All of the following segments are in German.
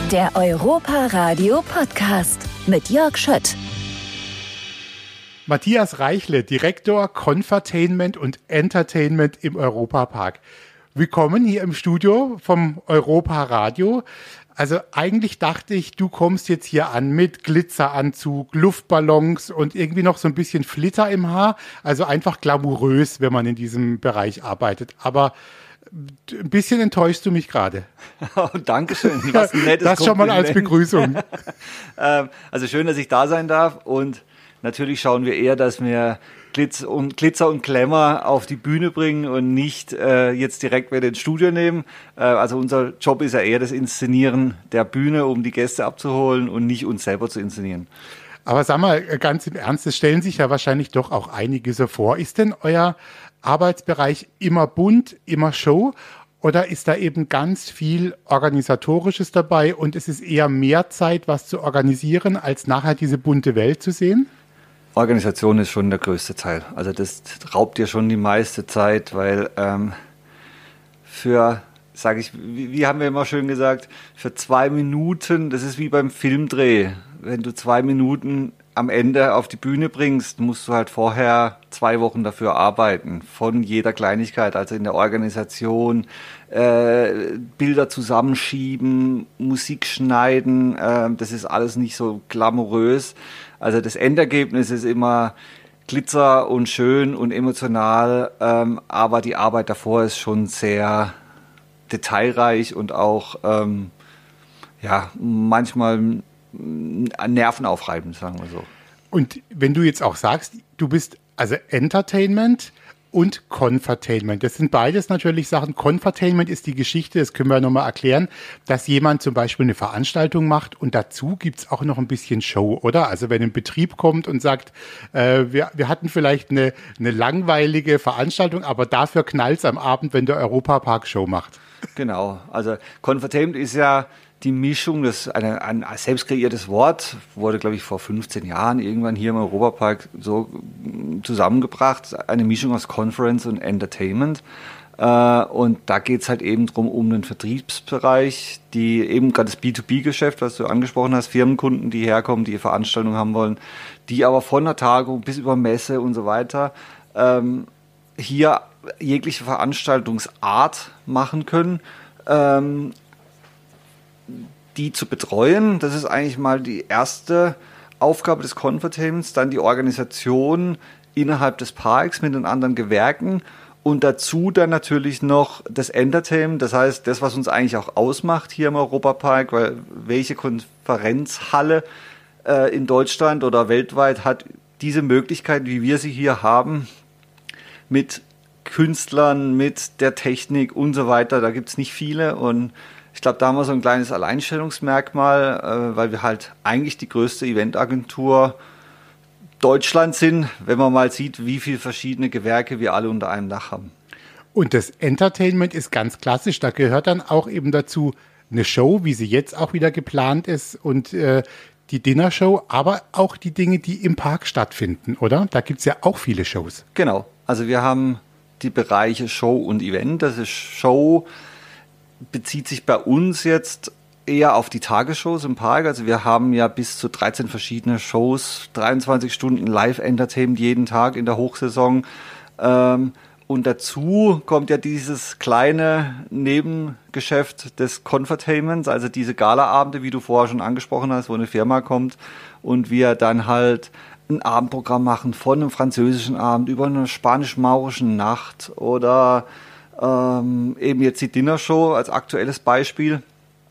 Der Europa-Radio Podcast mit Jörg Schött. Matthias Reichle, Direktor Confertainment und Entertainment im Europapark. Willkommen hier im Studio vom Europa-Radio. Also eigentlich dachte ich, du kommst jetzt hier an mit Glitzeranzug, Luftballons und irgendwie noch so ein bisschen Flitter im Haar. Also einfach glamourös, wenn man in diesem Bereich arbeitet. Aber ein bisschen enttäuschst du mich gerade. Oh, Dankeschön. Was ein nettes das schon mal als Begrüßung. Also schön, dass ich da sein darf. Und natürlich schauen wir eher, dass wir Glitzer und Glamour auf die Bühne bringen und nicht jetzt direkt wieder ins Studio nehmen. Also unser Job ist ja eher das Inszenieren der Bühne, um die Gäste abzuholen und nicht uns selber zu inszenieren. Aber sag mal, ganz im Ernst, es stellen sich ja wahrscheinlich doch auch einige so vor. Ist denn euer Arbeitsbereich immer bunt, immer Show? Oder ist da eben ganz viel Organisatorisches dabei und es ist eher mehr Zeit, was zu organisieren, als nachher diese bunte Welt zu sehen? Organisation ist schon der größte Teil. Also das raubt dir schon die meiste Zeit, weil wie haben wir immer schön gesagt, für 2 Minuten, das ist wie beim Filmdreh. Wenn du 2 Minuten am Ende auf die Bühne bringst, musst du halt vorher 2 Wochen dafür arbeiten. Von jeder Kleinigkeit, also in der Organisation, Bilder zusammenschieben, Musik schneiden, das ist alles nicht so glamourös. Also das Endergebnis ist immer Glitzer und schön und emotional, aber die Arbeit davor ist schon sehr detailreich und auch manchmal nervenaufreibend, sagen wir so. Und wenn du jetzt auch sagst, du bist also Entertainment und Confertainment. Das sind beides natürlich Sachen. Confertainment ist die Geschichte, das können wir nochmal erklären, dass jemand zum Beispiel eine Veranstaltung macht und dazu gibt's auch noch ein bisschen Show, oder? Also wenn ein Betrieb kommt und sagt, wir hatten vielleicht eine langweilige Veranstaltung, aber dafür knallt's am Abend, wenn der Europapark Show macht. Genau, also Confertainment ist ja die Mischung, das ist ein selbst kreiertes Wort, wurde, glaube ich, vor 15 Jahren irgendwann hier im Europapark so zusammengebracht. Eine Mischung aus Conference und Entertainment. Und da geht es halt eben drum um den Vertriebsbereich, die eben gerade das B2B-Geschäft, was du angesprochen hast, Firmenkunden, die herkommen, die Veranstaltungen haben wollen, die aber von der Tagung bis über Messe und so weiter hier jegliche Veranstaltungsart machen können. Die zu betreuen, das ist eigentlich mal die erste Aufgabe des Confertainments, dann die Organisation innerhalb des Parks mit den anderen Gewerken und dazu dann natürlich noch das Entertainment, das heißt, das, was uns eigentlich auch ausmacht hier im Europapark, weil welche Konferenzhalle in Deutschland oder weltweit hat diese Möglichkeit, wie wir sie hier haben, mit Künstlern, mit der Technik und so weiter, da gibt es nicht viele und ich glaube, da haben wir so ein kleines Alleinstellungsmerkmal, weil wir halt eigentlich die größte Eventagentur Deutschlands sind, wenn man mal sieht, wie viele verschiedene Gewerke wir alle unter einem Dach haben. Und das Entertainment ist ganz klassisch, da gehört dann auch eben dazu eine Show, wie sie jetzt auch wieder geplant ist und die Dinnershow, aber auch die Dinge, die im Park stattfinden, oder? Da gibt es ja auch viele Shows. Genau, also wir haben die Bereiche Show und Event. Das ist Show, bezieht sich bei uns jetzt eher auf die Tagesshows im Park. Also wir haben ja bis zu 13 verschiedene Shows, 23 Stunden Live-Entertainment jeden Tag in der Hochsaison. Und dazu kommt ja dieses kleine Nebengeschäft des Confertainments, also diese Galaabende, wie du vorher schon angesprochen hast, wo eine Firma kommt und wir dann halt ein Abendprogramm machen, von einem französischen Abend über eine spanisch-maurischen Nacht oder eben jetzt die Dinnershow als aktuelles Beispiel.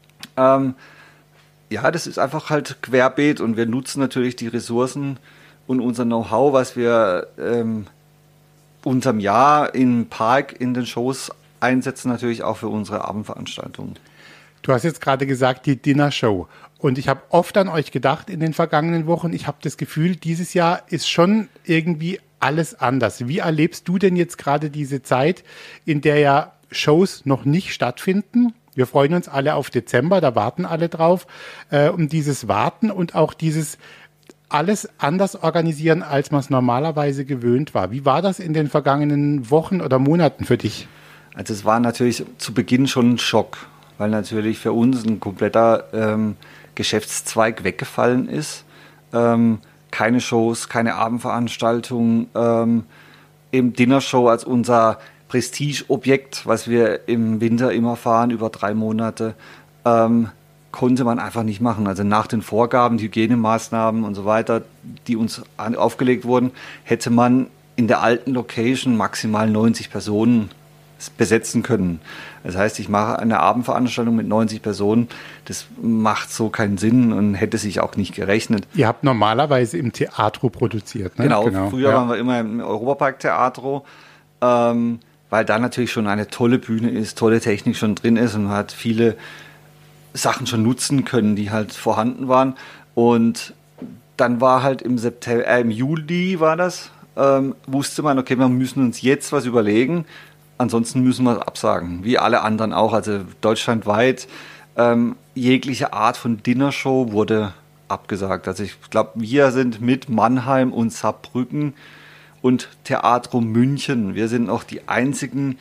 Das ist einfach halt querbeet und wir nutzen natürlich die Ressourcen und unser Know-how, was wir unterm Jahr im Park in den Shows einsetzen, natürlich auch für unsere Abendveranstaltungen. Du hast jetzt gerade gesagt, die Dinnershow. Und ich habe oft an euch gedacht in den vergangenen Wochen. Ich habe das Gefühl, dieses Jahr ist schon irgendwie alles anders. Wie erlebst du denn jetzt gerade diese Zeit, in der ja Shows noch nicht stattfinden? Wir freuen uns alle auf Dezember, da warten alle drauf. Um dieses Warten und auch dieses alles anders organisieren, als man es normalerweise gewöhnt war. Wie war das in den vergangenen Wochen oder Monaten für dich? Also es war natürlich zu Beginn schon ein Schock. weil natürlich für uns ein kompletter Geschäftszweig weggefallen ist. Keine Shows, keine Abendveranstaltungen, eben Dinnershow als unser Prestigeobjekt, was wir im Winter immer fahren, über 3 Monate, konnte man einfach nicht machen. Also nach den Vorgaben, die Hygienemaßnahmen und so weiter, die uns aufgelegt wurden, hätte man in der alten Location maximal 90 Personen besetzen können. Das heißt, ich mache eine Abendveranstaltung mit 90 Personen, das macht so keinen Sinn und hätte sich auch nicht gerechnet. Ihr habt normalerweise im Theatro produziert, ne? Genau. Früher waren wir immer im Europapark Theatro, weil da natürlich schon eine tolle Bühne ist, tolle Technik schon drin ist und man hat viele Sachen schon nutzen können, die halt vorhanden waren. Und dann war halt im Juli war das, wusste man, okay, wir müssen uns jetzt was überlegen, ansonsten müssen wir es absagen, wie alle anderen auch. Also deutschlandweit jegliche Art von Dinnershow wurde abgesagt. Also ich glaube, wir sind mit Mannheim und Saarbrücken und Theatro München, wir sind auch die einzigen,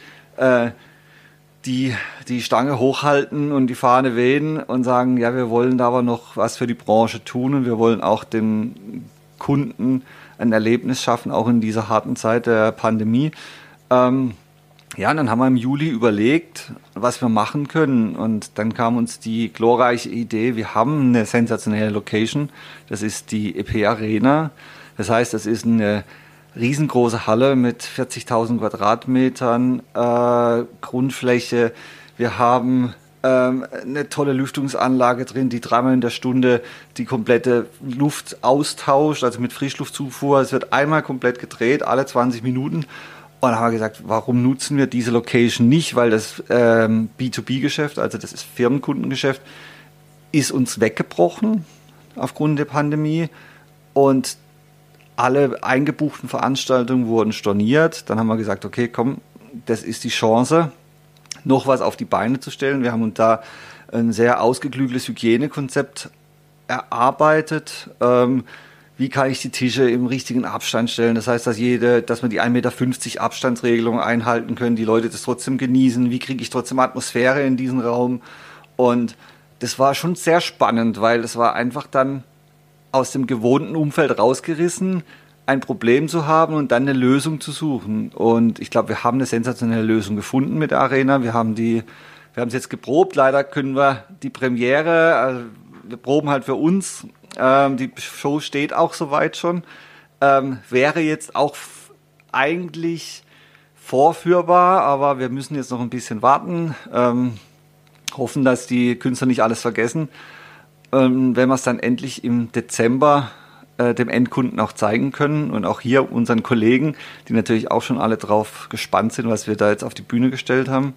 die Stange hochhalten und die Fahne wehen und sagen, ja, wir wollen da aber noch was für die Branche tun und wir wollen auch den Kunden ein Erlebnis schaffen, auch in dieser harten Zeit der Pandemie. Ja, und dann haben wir im Juli überlegt, was wir machen können und dann kam uns die glorreiche Idee, wir haben eine sensationelle Location, das ist die EP Arena, das heißt, das ist eine riesengroße Halle mit 40.000 Quadratmetern Grundfläche. Wir haben eine tolle Lüftungsanlage drin, die 3-mal in der Stunde die komplette Luft austauscht, also mit Frischluftzufuhr. Es wird einmal komplett gedreht, alle 20 Minuten. Und dann haben wir gesagt, warum nutzen wir diese Location nicht? Weil das B2B-Geschäft, also das ist Firmenkundengeschäft, ist uns weggebrochen aufgrund der Pandemie. Und alle eingebuchten Veranstaltungen wurden storniert. Dann haben wir gesagt, okay, komm, das ist die Chance, noch was auf die Beine zu stellen. Wir haben uns da ein sehr ausgeklügeltes Hygienekonzept erarbeitet. Wie kann ich die Tische im richtigen Abstand stellen? Das heißt, dass wir die 1,50 Meter Abstandsregelung einhalten können, die Leute das trotzdem genießen. Wie kriege ich trotzdem Atmosphäre in diesen Raum? Und das war schon sehr spannend, weil es war einfach dann aus dem gewohnten Umfeld rausgerissen, ein Problem zu haben und dann eine Lösung zu suchen. Und ich glaube, wir haben eine sensationelle Lösung gefunden mit der Arena. Wir haben es jetzt geprobt. Leider können wir die Premiere, also wir proben halt für uns. Die Show steht auch soweit schon. Wäre jetzt auch eigentlich vorführbar, aber wir müssen jetzt noch ein bisschen warten. Hoffen, dass die Künstler nicht alles vergessen. Wenn wir es dann endlich im Dezember dem Endkunden auch zeigen können und auch hier unseren Kollegen, die natürlich auch schon alle drauf gespannt sind, was wir da jetzt auf die Bühne gestellt haben.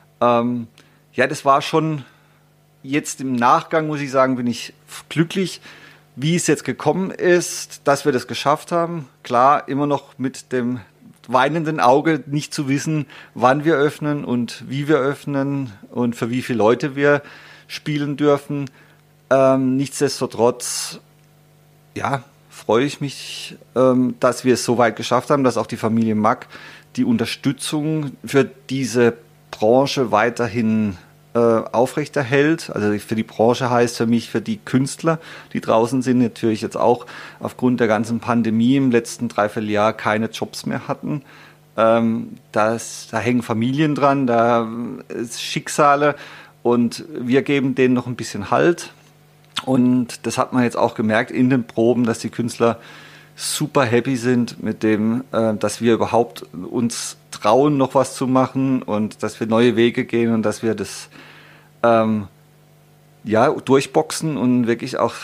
Ja, das war schon jetzt im Nachgang, muss ich sagen, bin ich glücklich, wie es jetzt gekommen ist, dass wir das geschafft haben. Klar, immer noch mit dem weinenden Auge, nicht zu wissen, wann wir öffnen und wie wir öffnen und für wie viele Leute wir spielen dürfen. Nichtsdestotrotz, ja, freue ich mich, dass wir es so weit geschafft haben, dass auch die Familie Mack die Unterstützung für diese Branche weiterhin aufrechterhält. Also für die Branche heißt für mich, für die Künstler, die draußen sind, natürlich jetzt auch aufgrund der ganzen Pandemie im letzten Dreivierteljahr keine Jobs mehr hatten. Da hängen Familien dran, da ist Schicksale und wir geben denen noch ein bisschen Halt. Und das hat man jetzt auch gemerkt in den Proben, dass die Künstler super happy sind mit dem, dass wir überhaupt uns trauen, noch was zu machen und dass wir neue Wege gehen und dass wir das durchboxen und wirklich auch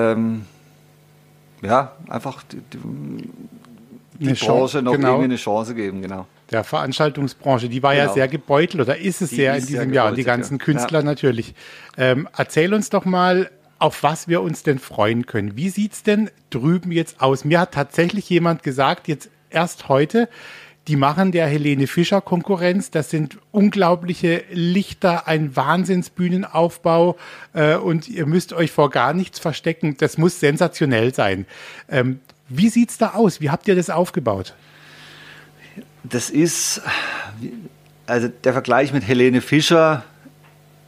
einfach die Branche noch irgendwie eine Chance geben, genau. Der Veranstaltungsbranche, die war ja sehr gebeutelt oder ist es sehr in diesem Jahr, die ganzen Künstler natürlich. Erzähl uns doch mal, auf was wir uns denn freuen können. Wie sieht es denn drüben jetzt aus? Mir hat tatsächlich jemand gesagt, jetzt erst heute, die machen der Helene Fischer Konkurrenz. Das sind unglaubliche Lichter, ein Wahnsinnsbühnenaufbau und ihr müsst euch vor gar nichts verstecken. Das muss sensationell sein. Wie sieht es da aus? Wie habt ihr das aufgebaut? Das ist, also der Vergleich mit Helene Fischer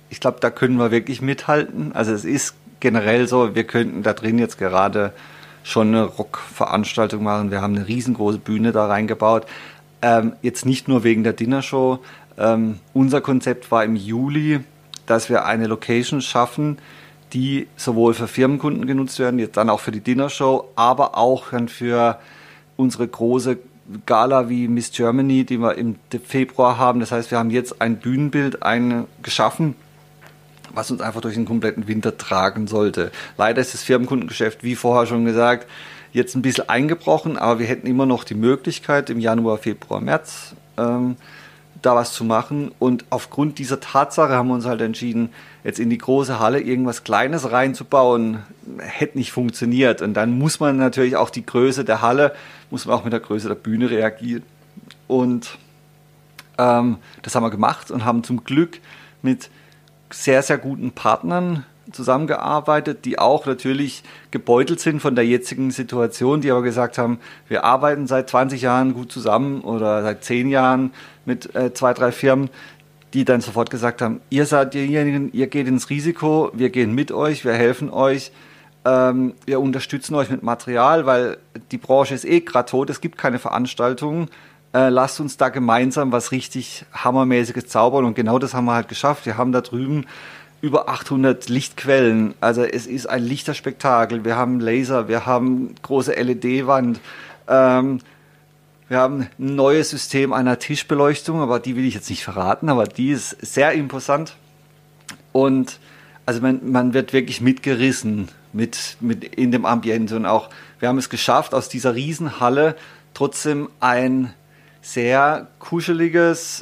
ich glaube, da können wir wirklich mithalten. Also es ist generell so, wir könnten da drin jetzt gerade schon eine Rockveranstaltung machen. Wir haben eine riesengroße Bühne da reingebaut. Jetzt nicht nur wegen der Dinnershow. Unser Konzept war im Juli, dass wir eine Location schaffen, die sowohl für Firmenkunden genutzt werden, jetzt dann auch für die Dinnershow, aber auch dann für unsere große Gala wie Miss Germany, die wir im Februar haben. Das heißt, wir haben jetzt ein Bühnenbild geschaffen, was uns einfach durch den kompletten Winter tragen sollte. Leider ist das Firmenkundengeschäft, wie vorher schon gesagt, jetzt ein bisschen eingebrochen, aber wir hätten immer noch die Möglichkeit, im Januar, Februar, März da was zu machen. Und aufgrund dieser Tatsache haben wir uns halt entschieden, jetzt in die große Halle irgendwas Kleines reinzubauen, hätte nicht funktioniert. Und dann muss man natürlich auch die Größe der Halle, muss man auch mit der Größe der Bühne reagieren. Und das haben wir gemacht und haben zum Glück mit sehr, sehr guten Partnern zusammengearbeitet, die auch natürlich gebeutelt sind von der jetzigen Situation, die aber gesagt haben, wir arbeiten seit 20 Jahren gut zusammen oder seit 10 Jahren mit 2, 3 Firmen, die dann sofort gesagt haben, ihr seid diejenigen, ihr geht ins Risiko, wir gehen mit euch, wir helfen euch, wir unterstützen euch mit Material, weil die Branche ist gerade tot, es gibt keine Veranstaltungen, lasst uns da gemeinsam was richtig Hammermäßiges zaubern und genau das haben wir halt geschafft. Wir haben da drüben über 800 Lichtquellen, also es ist ein Lichterspektakel, wir haben Laser, wir haben große LED-Wand, wir haben ein neues System einer Tischbeleuchtung, aber die will ich jetzt nicht verraten, aber die ist sehr imposant und also man wird wirklich mitgerissen mit in dem Ambiente und auch, wir haben es geschafft, aus dieser Riesenhalle trotzdem ein sehr kuscheliges,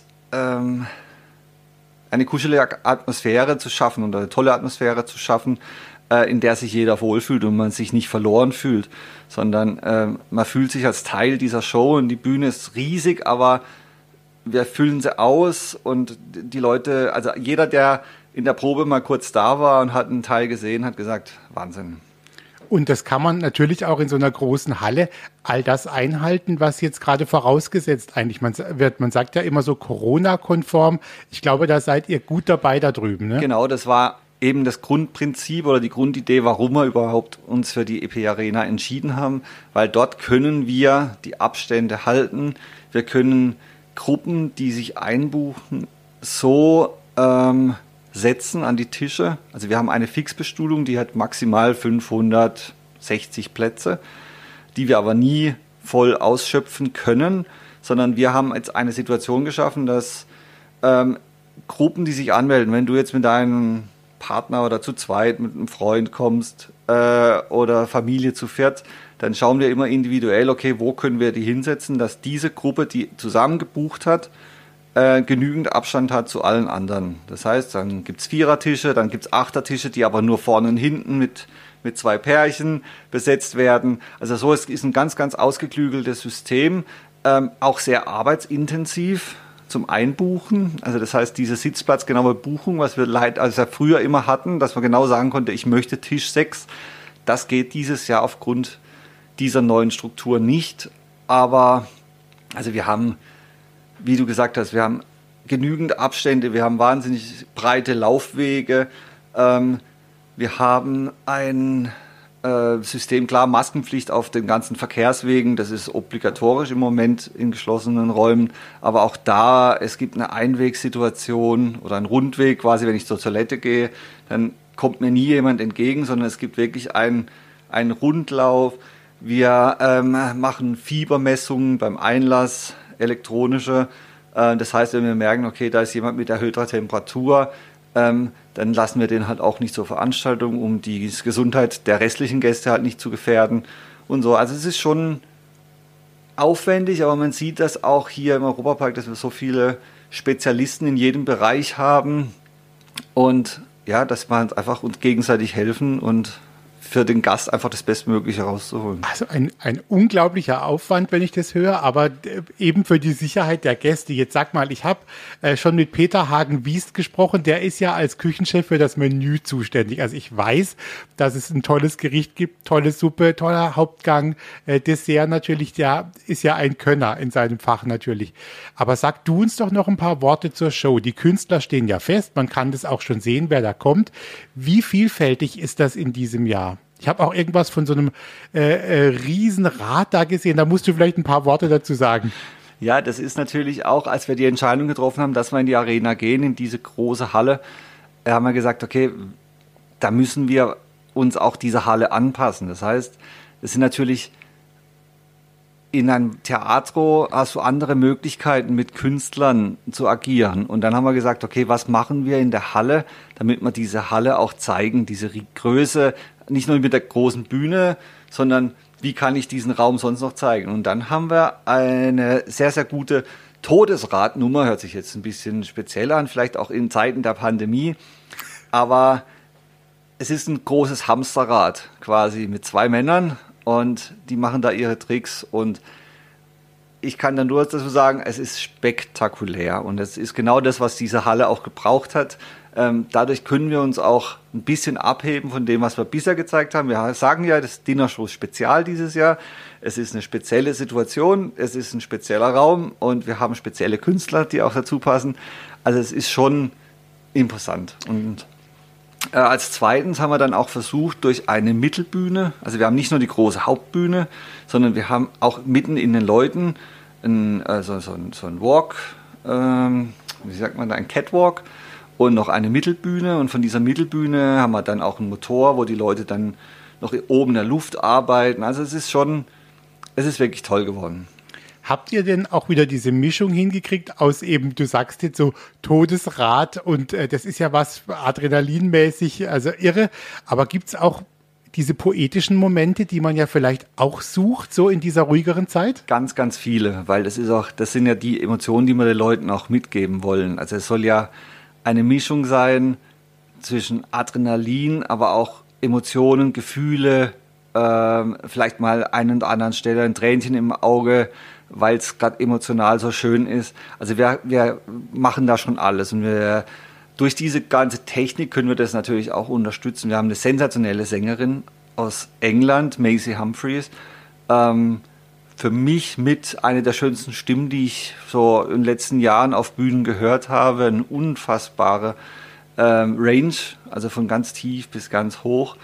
eine kuschelige Atmosphäre zu schaffen und eine tolle Atmosphäre zu schaffen, in der sich jeder wohlfühlt und man sich nicht verloren fühlt, sondern man fühlt sich als Teil dieser Show und die Bühne ist riesig, aber wir füllen sie aus und die Leute, also jeder, der in der Probe mal kurz da war und hat einen Teil gesehen, hat gesagt, Wahnsinn. Und das kann man natürlich auch in so einer großen Halle all das einhalten, was jetzt gerade vorausgesetzt eigentlich. Man sagt ja immer so Corona-konform. Ich glaube, da seid ihr gut dabei da drüben, ne? Genau, das war eben das Grundprinzip oder die Grundidee, warum wir überhaupt uns für die EP Arena entschieden haben. Weil dort können wir die Abstände halten. Wir können Gruppen, die sich einbuchen, so setzen an die Tische. Also wir haben eine Fixbestuhlung, die hat maximal 560 Plätze, die wir aber nie voll ausschöpfen können, sondern wir haben jetzt eine Situation geschaffen, dass Gruppen, die sich anmelden, wenn du jetzt mit deinem Partner oder zu zweit mit einem Freund kommst oder Familie zu viert, dann schauen wir immer individuell, okay, wo können wir die hinsetzen, dass diese Gruppe, die zusammen gebucht hat, genügend Abstand hat zu allen anderen. Das heißt, dann gibt es Vierertische, dann gibt es Achtertische, die aber nur vorne und hinten mit 2 Pärchen besetzt werden. Also so ist ein ganz, ganz ausgeklügeltes System, auch sehr arbeitsintensiv zum Einbuchen. Also das heißt, diese sitzplatzgenaue Buchung, was wir früher immer hatten, dass man genau sagen konnte, ich möchte Tisch 6, das geht dieses Jahr aufgrund dieser neuen Struktur nicht. Aber also wir haben, wie du gesagt hast, wir haben genügend Abstände, wir haben wahnsinnig breite Laufwege, wir haben ein System, klar, Maskenpflicht auf den ganzen Verkehrswegen, das ist obligatorisch im Moment in geschlossenen Räumen, aber auch da, es gibt eine Einwegsituation oder einen Rundweg, quasi wenn ich zur Toilette gehe, dann kommt mir nie jemand entgegen, sondern es gibt wirklich einen Rundlauf. Wir machen Fiebermessungen beim Einlass, elektronische. Das heißt, wenn wir merken, okay, da ist jemand mit erhöhter Temperatur, dann lassen wir den halt auch nicht zur Veranstaltung, um die Gesundheit der restlichen Gäste halt nicht zu gefährden und so. Also es ist schon aufwendig, aber man sieht das auch hier im Europapark, dass wir so viele Spezialisten in jedem Bereich haben und ja, dass wir halt einfach uns gegenseitig helfen und für den Gast einfach das Bestmögliche rauszuholen. Also ein unglaublicher Aufwand, wenn ich das höre, aber eben für die Sicherheit der Gäste. Jetzt sag mal, ich habe schon mit Peter Hagen-Wiest gesprochen, der ist ja als Küchenchef für das Menü zuständig. Also ich weiß, dass es ein tolles Gericht gibt, tolle Suppe, toller Hauptgang, Dessert natürlich, der ist ja ein Könner in seinem Fach natürlich. Aber sag du uns doch noch ein paar Worte zur Show. Die Künstler stehen ja fest, man kann das auch schon sehen, wer da kommt. Wie vielfältig ist das in diesem Jahr? Ich habe auch irgendwas von so einem Riesenrad da gesehen. Da musst du vielleicht ein paar Worte dazu sagen. Ja, das ist natürlich auch, als wir die Entscheidung getroffen haben, dass wir in die Arena gehen, in diese große Halle, haben wir gesagt, okay, da müssen wir uns auch dieser Halle anpassen. Das heißt, es sind natürlich in einem Theatro hast du andere Möglichkeiten, mit Künstlern zu agieren. Und dann haben wir gesagt, okay, was machen wir in der Halle, damit wir diese Halle auch zeigen, diese Größe, nicht nur mit der großen Bühne, sondern wie kann ich diesen Raum sonst noch zeigen? Und dann haben wir eine sehr, sehr gute Todesradnummer, hört sich jetzt ein bisschen speziell an, vielleicht auch in Zeiten der Pandemie, aber es ist ein großes Hamsterrad quasi mit 2 Männern und die machen da ihre Tricks und ich kann dann nur dazu sagen, es ist spektakulär und es ist genau das, was diese Halle auch gebraucht hat. Dadurch können wir uns auch ein bisschen abheben von dem, was wir bisher gezeigt haben. Wir sagen ja, das Dinnershow ist spezial dieses Jahr. Es ist eine spezielle Situation, es ist ein spezieller Raum und wir haben spezielle Künstler, die auch dazu passen. Also es ist schon imposant. Und als zweitens haben wir dann auch versucht, durch eine Mittelbühne, also wir haben nicht nur die große Hauptbühne, sondern wir haben auch mitten in den Leuten so ein Walk, wie sagt man da, ein Catwalk, und noch eine Mittelbühne. Und von dieser Mittelbühne haben wir dann auch einen Motor, wo die Leute dann noch oben in der Luft arbeiten. Also es ist wirklich toll geworden. Habt ihr denn auch wieder diese Mischung hingekriegt aus eben, du sagst jetzt so Todesrad und das ist ja was adrenalinmäßig, also irre. Aber gibt's auch diese poetischen Momente, die man ja vielleicht auch sucht, so in dieser ruhigeren Zeit? Ganz, ganz viele, weil das sind ja die Emotionen, die wir den Leuten auch mitgeben wollen. Also es soll ja eine Mischung sein zwischen Adrenalin, aber auch Emotionen, Gefühle, vielleicht mal einen oder anderen Stelle ein Tränchen im Auge, weil es gerade emotional so schön ist. Also wir machen da schon alles und durch diese ganze Technik können wir das natürlich auch unterstützen. Wir haben eine sensationelle Sängerin aus England, Maisie Humphreys, für mich mit einer der schönsten Stimmen, die ich so in den letzten Jahren auf Bühnen gehört habe. Eine unfassbare Range, also von ganz tief bis ganz hoch.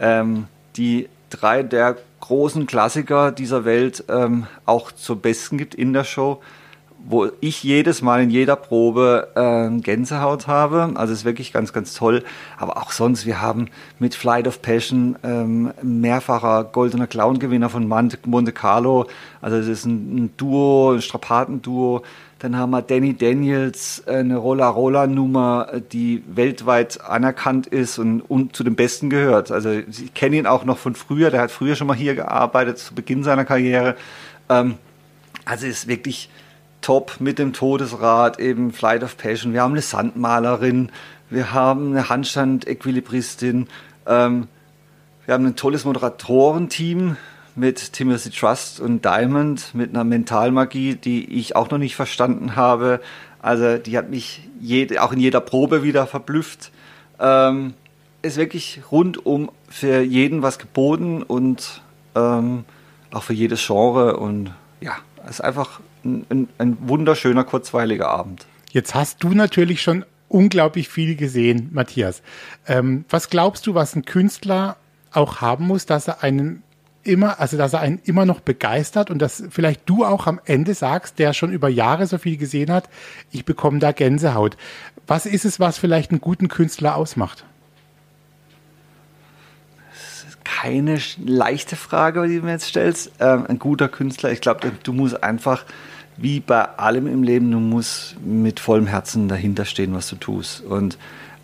Die 3 der großen Klassiker dieser Welt auch zum Besten gibt in der Show, wo ich jedes Mal in jeder Probe Gänsehaut habe. Also es ist wirklich ganz, ganz toll. Aber auch sonst, wir haben mit Flight of Passion mehrfacher goldener Clown-Gewinner von Monte Carlo. Also es ist ein Duo, ein Strapatenduo. Dann haben wir Danny Daniels, eine Rolla-Rolla-Nummer, die weltweit anerkannt ist und zu den Besten gehört. Also ich kenne ihn auch noch von früher. Der hat früher schon mal hier gearbeitet, zu Beginn seiner Karriere. Also ist wirklich top mit dem Todesrad, eben Flight of Passion. Wir haben eine Sandmalerin, wir haben eine Handstand-Equilibristin, wir haben ein tolles Moderatorenteam mit Timothy Trust und Diamond, mit einer Mentalmagie, die ich auch noch nicht verstanden habe. Also die hat mich auch in jeder Probe wieder verblüfft. Ist wirklich rundum für jeden was geboten und auch für jedes Genre. Und ja, es ist einfach ein wunderschöner, kurzweiliger Abend. Jetzt hast du natürlich schon unglaublich viel gesehen, Matthias. Was glaubst du, was ein Künstler auch haben muss, dass er einen immer noch begeistert und dass vielleicht du auch am Ende sagst, der schon über Jahre so viel gesehen hat, ich bekomme da Gänsehaut. Was ist es, was vielleicht einen guten Künstler ausmacht? Keine leichte Frage, die du mir jetzt stellst. Ein guter Künstler, ich glaube, du musst einfach, wie bei allem im Leben, du musst mit vollem Herzen dahinter stehen, was du tust. Und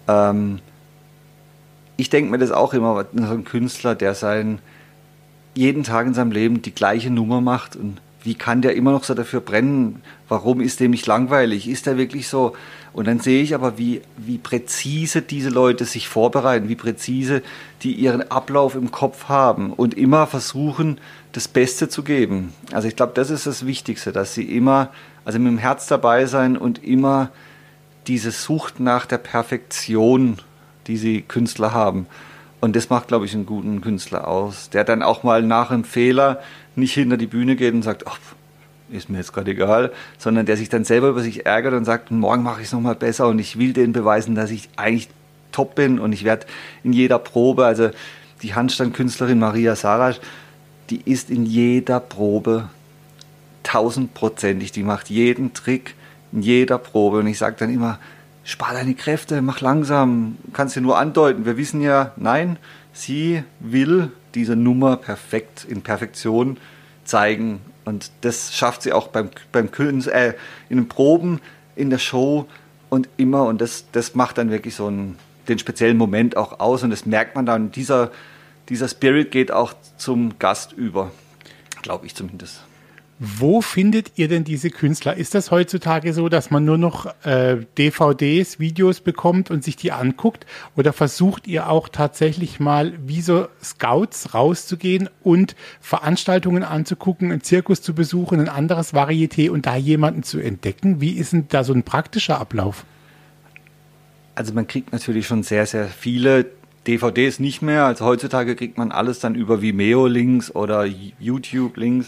ich denke mir das auch immer, so ein Künstler, der jeden Tag in seinem Leben die gleiche Nummer macht und wie kann der immer noch so dafür brennen? Warum ist dem nicht langweilig? Ist der wirklich so? Und dann sehe ich aber, wie präzise diese Leute sich vorbereiten, wie präzise die ihren Ablauf im Kopf haben und immer versuchen, das Beste zu geben. Also ich glaube, das ist das Wichtigste, dass sie immer, also mit dem Herz dabei sein und immer diese Sucht nach der Perfektion, die sie Künstler haben. Und das macht, glaube ich, einen guten Künstler aus, der dann auch mal nach einem Fehler nicht hinter die Bühne geht und sagt, ach, ist mir jetzt gerade egal, sondern der sich dann selber über sich ärgert und sagt, morgen mache ich es nochmal besser und ich will denen beweisen, dass ich eigentlich top bin und ich werde in jeder Probe, also die Handstandkünstlerin Maria Sarasch, die ist in jeder Probe 1000%ig, die macht jeden Trick in jeder Probe und ich sage dann immer, spar deine Kräfte, mach langsam, kannst dir nur andeuten, wir wissen ja, nein, sie will diese Nummer perfekt, in Perfektion zeigen. Und das schafft sie auch in den Proben, in der Show und immer. Und das macht dann wirklich so den speziellen Moment auch aus. Und das merkt man dann. Dieser Spirit geht auch zum Gast über, glaube ich zumindest. Wo findet ihr denn diese Künstler? Ist das heutzutage so, dass man nur noch DVDs, Videos bekommt und sich die anguckt? Oder versucht ihr auch tatsächlich mal wie so Scouts rauszugehen und Veranstaltungen anzugucken, einen Zirkus zu besuchen, ein anderes Varieté und da jemanden zu entdecken? Wie ist denn da so ein praktischer Ablauf? Also man kriegt natürlich schon sehr, sehr viele DVDs nicht mehr. Also heutzutage kriegt man alles dann über Vimeo-Links oder YouTube-Links.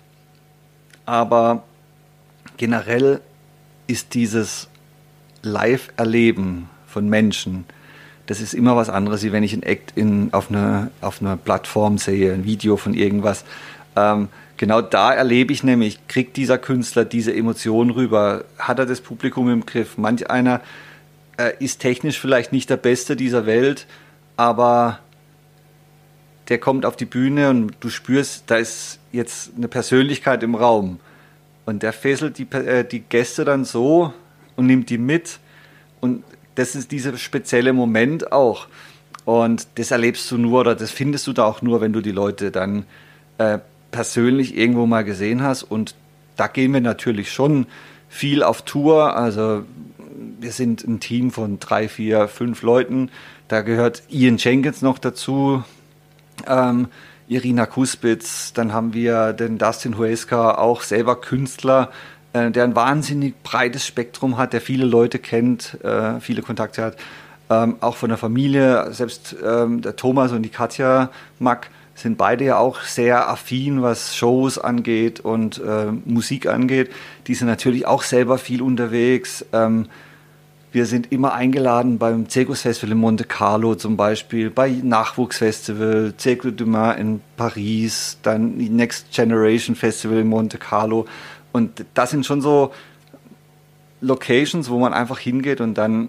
Aber generell ist dieses Live-Erleben von Menschen, das ist immer was anderes, wie wenn ich ein Act auf einer Plattform sehe, ein Video von irgendwas. Genau da erlebe ich nämlich, kriegt dieser Künstler diese Emotionen rüber, hat er das Publikum im Griff. Manch einer ist technisch vielleicht nicht der Beste dieser Welt, aber der kommt auf die Bühne und du spürst, da ist jetzt eine Persönlichkeit im Raum. Und der fesselt die Gäste dann so und nimmt die mit. Und das ist dieser spezielle Moment auch. Und das erlebst du nur oder das findest du da auch nur, wenn du die Leute dann persönlich irgendwo mal gesehen hast. Und da gehen wir natürlich schon viel auf Tour. Also wir sind ein Team von 3, 4, 5 Leuten. Da gehört Ian Jenkins noch dazu. Irina Kuspitz, dann haben wir den Dustin Huesca, auch selber Künstler, der ein wahnsinnig breites Spektrum hat, der viele Leute kennt, viele Kontakte hat, auch von der Familie, selbst der Thomas und die Katja Mack sind beide ja auch sehr affin, was Shows angeht und Musik angeht. Die sind natürlich auch selber viel unterwegs. Wir sind immer eingeladen beim Zirkusfestival in Monte Carlo zum Beispiel, bei Nachwuchsfestival, Cirque du Main in Paris, dann die Next Generation Festival in Monte Carlo. Und das sind schon so Locations, wo man einfach hingeht und dann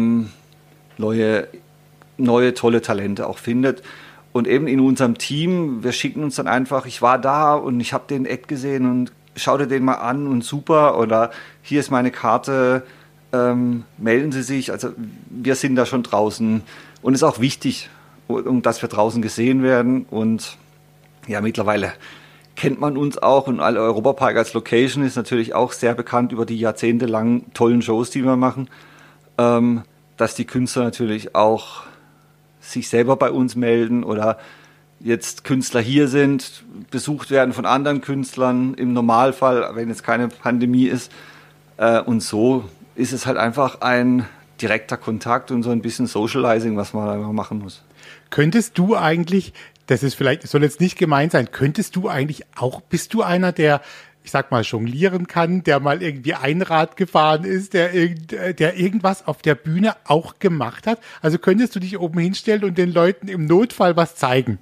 neue tolle Talente auch findet. Und eben in unserem Team, wir schicken uns dann einfach, ich war da und ich habe den Act gesehen und schau dir den mal an und super. Oder hier ist meine Karte, melden Sie sich. Also wir sind da schon draußen und es ist auch wichtig, dass wir draußen gesehen werden. Und ja, mittlerweile kennt man uns auch und Europapark als Location ist natürlich auch sehr bekannt über die jahrzehntelangen tollen Shows, die wir machen, dass die Künstler natürlich auch sich selber bei uns melden oder jetzt Künstler hier sind, besucht werden von anderen Künstlern im Normalfall, wenn jetzt keine Pandemie ist. Und so ist es halt einfach ein direkter Kontakt und so ein bisschen Socializing, was man da machen muss. Könntest du eigentlich, das soll jetzt nicht gemein sein, könntest du eigentlich auch, bist du einer, der, ich sag mal, jonglieren kann, der mal irgendwie Einrad gefahren ist, der irgendwas auf der Bühne auch gemacht hat? Also könntest du dich oben hinstellen und den Leuten im Notfall was zeigen?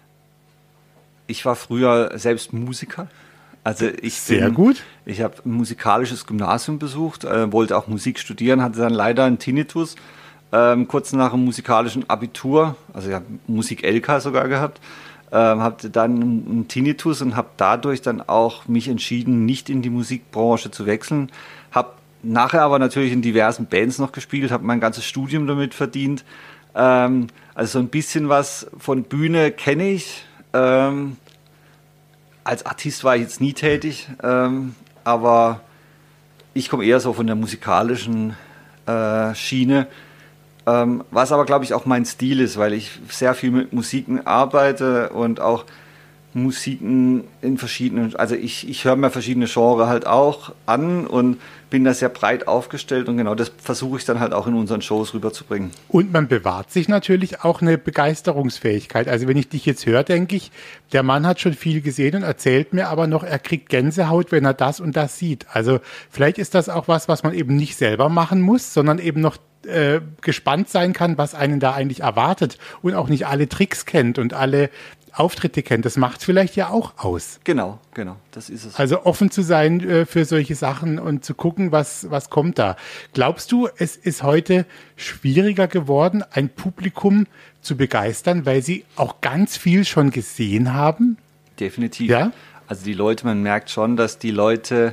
Ich war früher selbst Musiker. Also Sehr gut. Ich habe ein musikalisches Gymnasium besucht, wollte auch Musik studieren, hatte dann leider einen Tinnitus, kurz nach dem musikalischen Abitur, also ich habe Musik-LK sogar gehabt, hatte dann einen Tinnitus und habe dadurch dann auch mich entschieden, nicht in die Musikbranche zu wechseln. Habe nachher aber natürlich in diversen Bands noch gespielt, habe mein ganzes Studium damit verdient. Also so ein bisschen was von Bühne kenne ich. als Artist war ich jetzt nie tätig, aber ich komme eher so von der musikalischen Schiene, was aber, glaube ich, auch mein Stil ist, weil ich sehr viel mit Musiken arbeite und auch Musiken in verschiedenen, also ich höre mir verschiedene Genres halt auch an und bin da sehr breit aufgestellt und genau das versuche ich dann halt auch in unseren Shows rüberzubringen. Und man bewahrt sich natürlich auch eine Begeisterungsfähigkeit. Also wenn ich dich jetzt höre, denke ich, der Mann hat schon viel gesehen und erzählt mir aber noch, er kriegt Gänsehaut, wenn er das und das sieht. Also vielleicht ist das auch was man eben nicht selber machen muss, sondern eben noch gespannt sein kann, was einen da eigentlich erwartet und auch nicht alle Tricks kennt und alle Auftritte kennt. Das macht vielleicht ja auch aus. Genau, das ist es. Also offen zu sein für solche Sachen und zu gucken, was kommt da. Glaubst du, es ist heute schwieriger geworden, ein Publikum zu begeistern, weil sie auch ganz viel schon gesehen haben? Definitiv. Ja? Also die Leute, man merkt schon, dass die Leute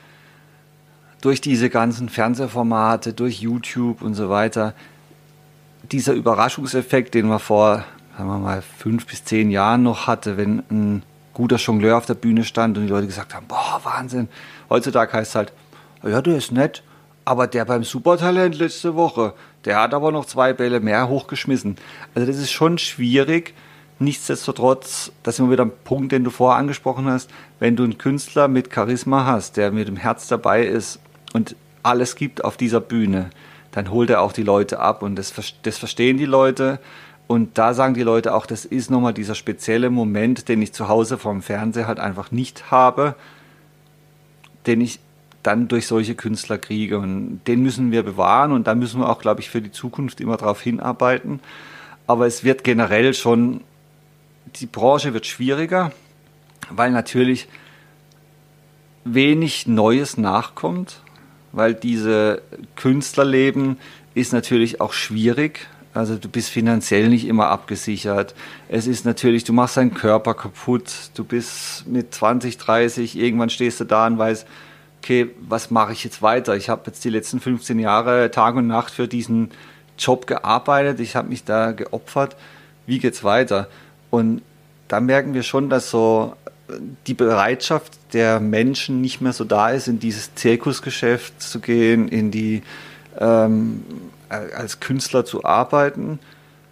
durch diese ganzen Fernsehformate, durch YouTube und so weiter, dieser Überraschungseffekt, den man vor, sagen wir mal, 5 bis 10 Jahren noch hatte, wenn ein guter Jongleur auf der Bühne stand und die Leute gesagt haben, boah, Wahnsinn. Heutzutage heißt es halt, ja, der ist nett, aber der beim Supertalent letzte Woche, der hat aber noch 2 Bälle mehr hochgeschmissen. Also das ist schon schwierig. Nichtsdestotrotz, das ist immer wieder ein Punkt, den du vorher angesprochen hast, wenn du einen Künstler mit Charisma hast, der mit dem Herz dabei ist und alles gibt auf dieser Bühne, dann holt er auch die Leute ab und das verstehen die Leute und da sagen die Leute auch, das ist nochmal dieser spezielle Moment, den ich zu Hause vorm Fernseher halt einfach nicht habe, den ich dann durch solche Künstler kriege und den müssen wir bewahren und da müssen wir auch, glaube ich, für die Zukunft immer darauf hinarbeiten, aber es wird generell schon, die Branche wird schwieriger, weil natürlich wenig Neues nachkommt, weil diese Künstlerleben ist natürlich auch schwierig. Also du bist finanziell nicht immer abgesichert. Es ist natürlich, du machst deinen Körper kaputt. Du bist mit 20, 30, irgendwann stehst du da und weißt, okay, was mache ich jetzt weiter? Ich habe jetzt die letzten 15 Jahre Tag und Nacht für diesen Job gearbeitet. Ich habe mich da geopfert. Wie geht's weiter? Und da merken wir schon, dass so die Bereitschaft der Menschen nicht mehr so da ist, in dieses Zirkusgeschäft zu gehen, in die als Künstler zu arbeiten.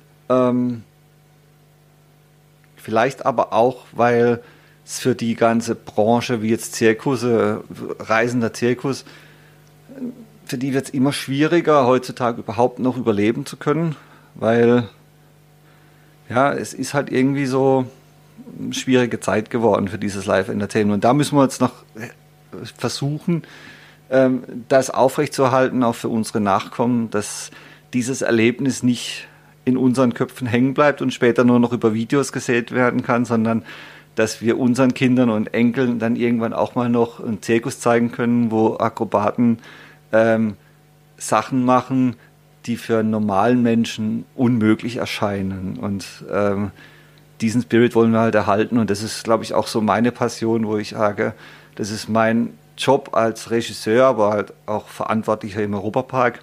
Vielleicht aber auch, weil es für die ganze Branche, wie jetzt Zirkusse, reisender Zirkus, für die wird es immer schwieriger, heutzutage überhaupt noch überleben zu können, weil ja, es ist halt irgendwie so eine schwierige Zeit geworden für dieses Live-Entertainment. Und da müssen wir jetzt noch versuchen, das aufrechtzuerhalten, auch für unsere Nachkommen, dass dieses Erlebnis nicht in unseren Köpfen hängen bleibt und später nur noch über Videos gesät werden kann, sondern dass wir unseren Kindern und Enkeln dann irgendwann auch mal noch einen Zirkus zeigen können, wo Akrobaten Sachen machen, die für einen normalen Menschen unmöglich erscheinen. Und diesen Spirit wollen wir halt erhalten. Und das ist, glaube ich, auch so meine Passion, wo ich sage, das ist mein Job als Regisseur, aber halt auch Verantwortlicher im Europapark,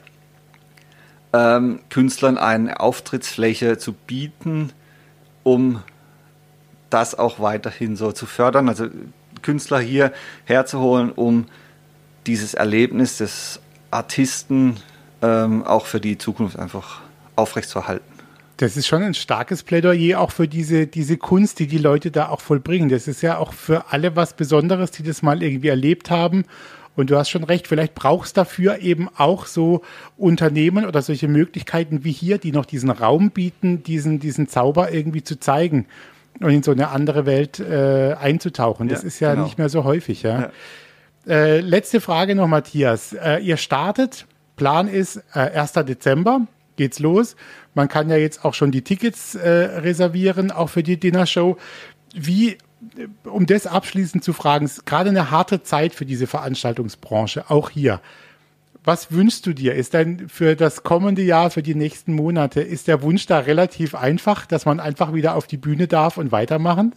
Künstlern eine Auftrittsfläche zu bieten, um das auch weiterhin so zu fördern. Also Künstler hier herzuholen, um dieses Erlebnis des Artisten auch für die Zukunft einfach aufrechtzuerhalten. Das ist schon ein starkes Plädoyer auch für diese Kunst, die Leute da auch vollbringen. Das ist ja auch für alle was Besonderes, die das mal irgendwie erlebt haben. Und du hast schon recht, vielleicht braucht es dafür eben auch so Unternehmen oder solche Möglichkeiten wie hier, die noch diesen Raum bieten, diesen Zauber irgendwie zu zeigen und in so eine andere Welt einzutauchen. Das ist ja genau. Nicht mehr so häufig. Ja. Letzte Frage noch, Matthias. Ihr startet, Plan ist 1. Dezember. Geht's los. Man kann ja jetzt auch schon die Tickets reservieren, auch für die Dinnershow. Wie, um das abschließend zu fragen, ist gerade eine harte Zeit für diese Veranstaltungsbranche, auch hier. Was wünschst du dir? Ist denn für das kommende Jahr, für die nächsten Monate, ist der Wunsch da relativ einfach, dass man einfach wieder auf die Bühne darf und weitermachen?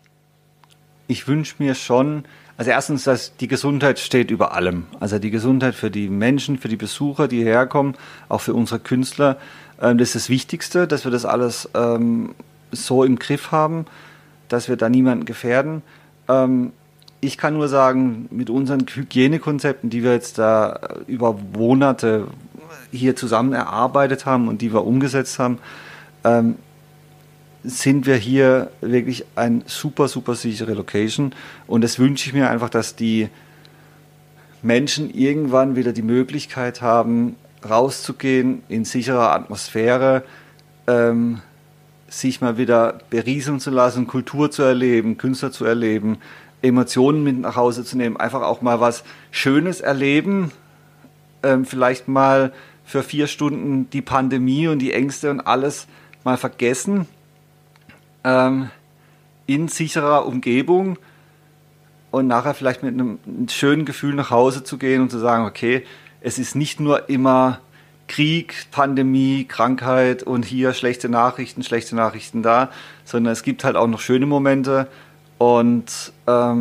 Ich wünsche mir schon, also erstens, dass die Gesundheit steht über allem. Also die Gesundheit für die Menschen, für die Besucher, die hierher kommen, auch für unsere Künstler. Das ist das Wichtigste, dass wir das alles so im Griff haben, dass wir da niemanden gefährden. Ich kann nur sagen, mit unseren Hygienekonzepten, die wir jetzt da über Monate hier zusammen erarbeitet haben und die wir umgesetzt haben, sind wir hier wirklich eine super, super sichere Location. Und das wünsche ich mir einfach, dass die Menschen irgendwann wieder die Möglichkeit haben, rauszugehen in sicherer Atmosphäre, sich mal wieder berieseln zu lassen, Kultur zu erleben, Künstler zu erleben, Emotionen mit nach Hause zu nehmen, einfach auch mal was Schönes erleben, vielleicht mal für 4 Stunden die Pandemie und die Ängste und alles mal vergessen, in sicherer Umgebung und nachher vielleicht mit einem schönen Gefühl nach Hause zu gehen und zu sagen, okay, es ist nicht nur immer Krieg, Pandemie, Krankheit und hier schlechte Nachrichten da, sondern es gibt halt auch noch schöne Momente. Und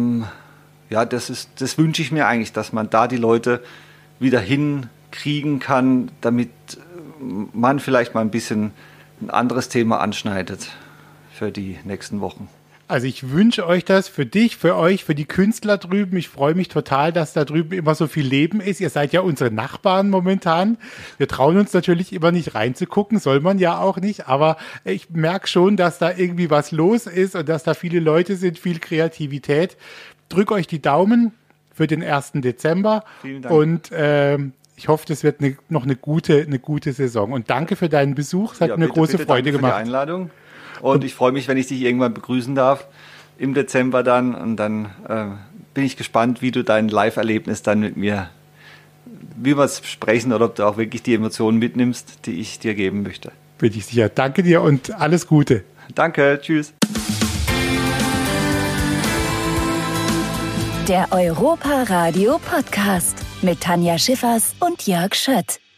das wünsche ich mir eigentlich, dass man da die Leute wieder hinkriegen kann, damit man vielleicht mal ein bisschen ein anderes Thema anschneidet für die nächsten Wochen. Also ich wünsche euch das für dich, für euch, für die Künstler drüben. Ich freue mich total, dass da drüben immer so viel Leben ist. Ihr seid ja unsere Nachbarn momentan. Wir trauen uns natürlich immer nicht reinzugucken, soll man ja auch nicht. Aber ich merke schon, dass da irgendwie was los ist und dass da viele Leute sind, viel Kreativität. Drück euch die Daumen für den 1. Dezember. Vielen Dank. Und ich hoffe, das wird noch eine gute Saison. Und danke für deinen Besuch. Es hat mir große Freude gemacht. Danke für die Einladung. Und ich freue mich, wenn ich dich irgendwann begrüßen darf im Dezember dann. Und dann bin ich gespannt, wie du dein Live-Erlebnis dann mit mir, wie wir es sprechen oder ob du auch wirklich die Emotionen mitnimmst, die ich dir geben möchte. Bin ich sicher. Danke dir und alles Gute. Danke, tschüss. Der Europa Radio Podcast mit Tanja Schiffers und Jörg Schött.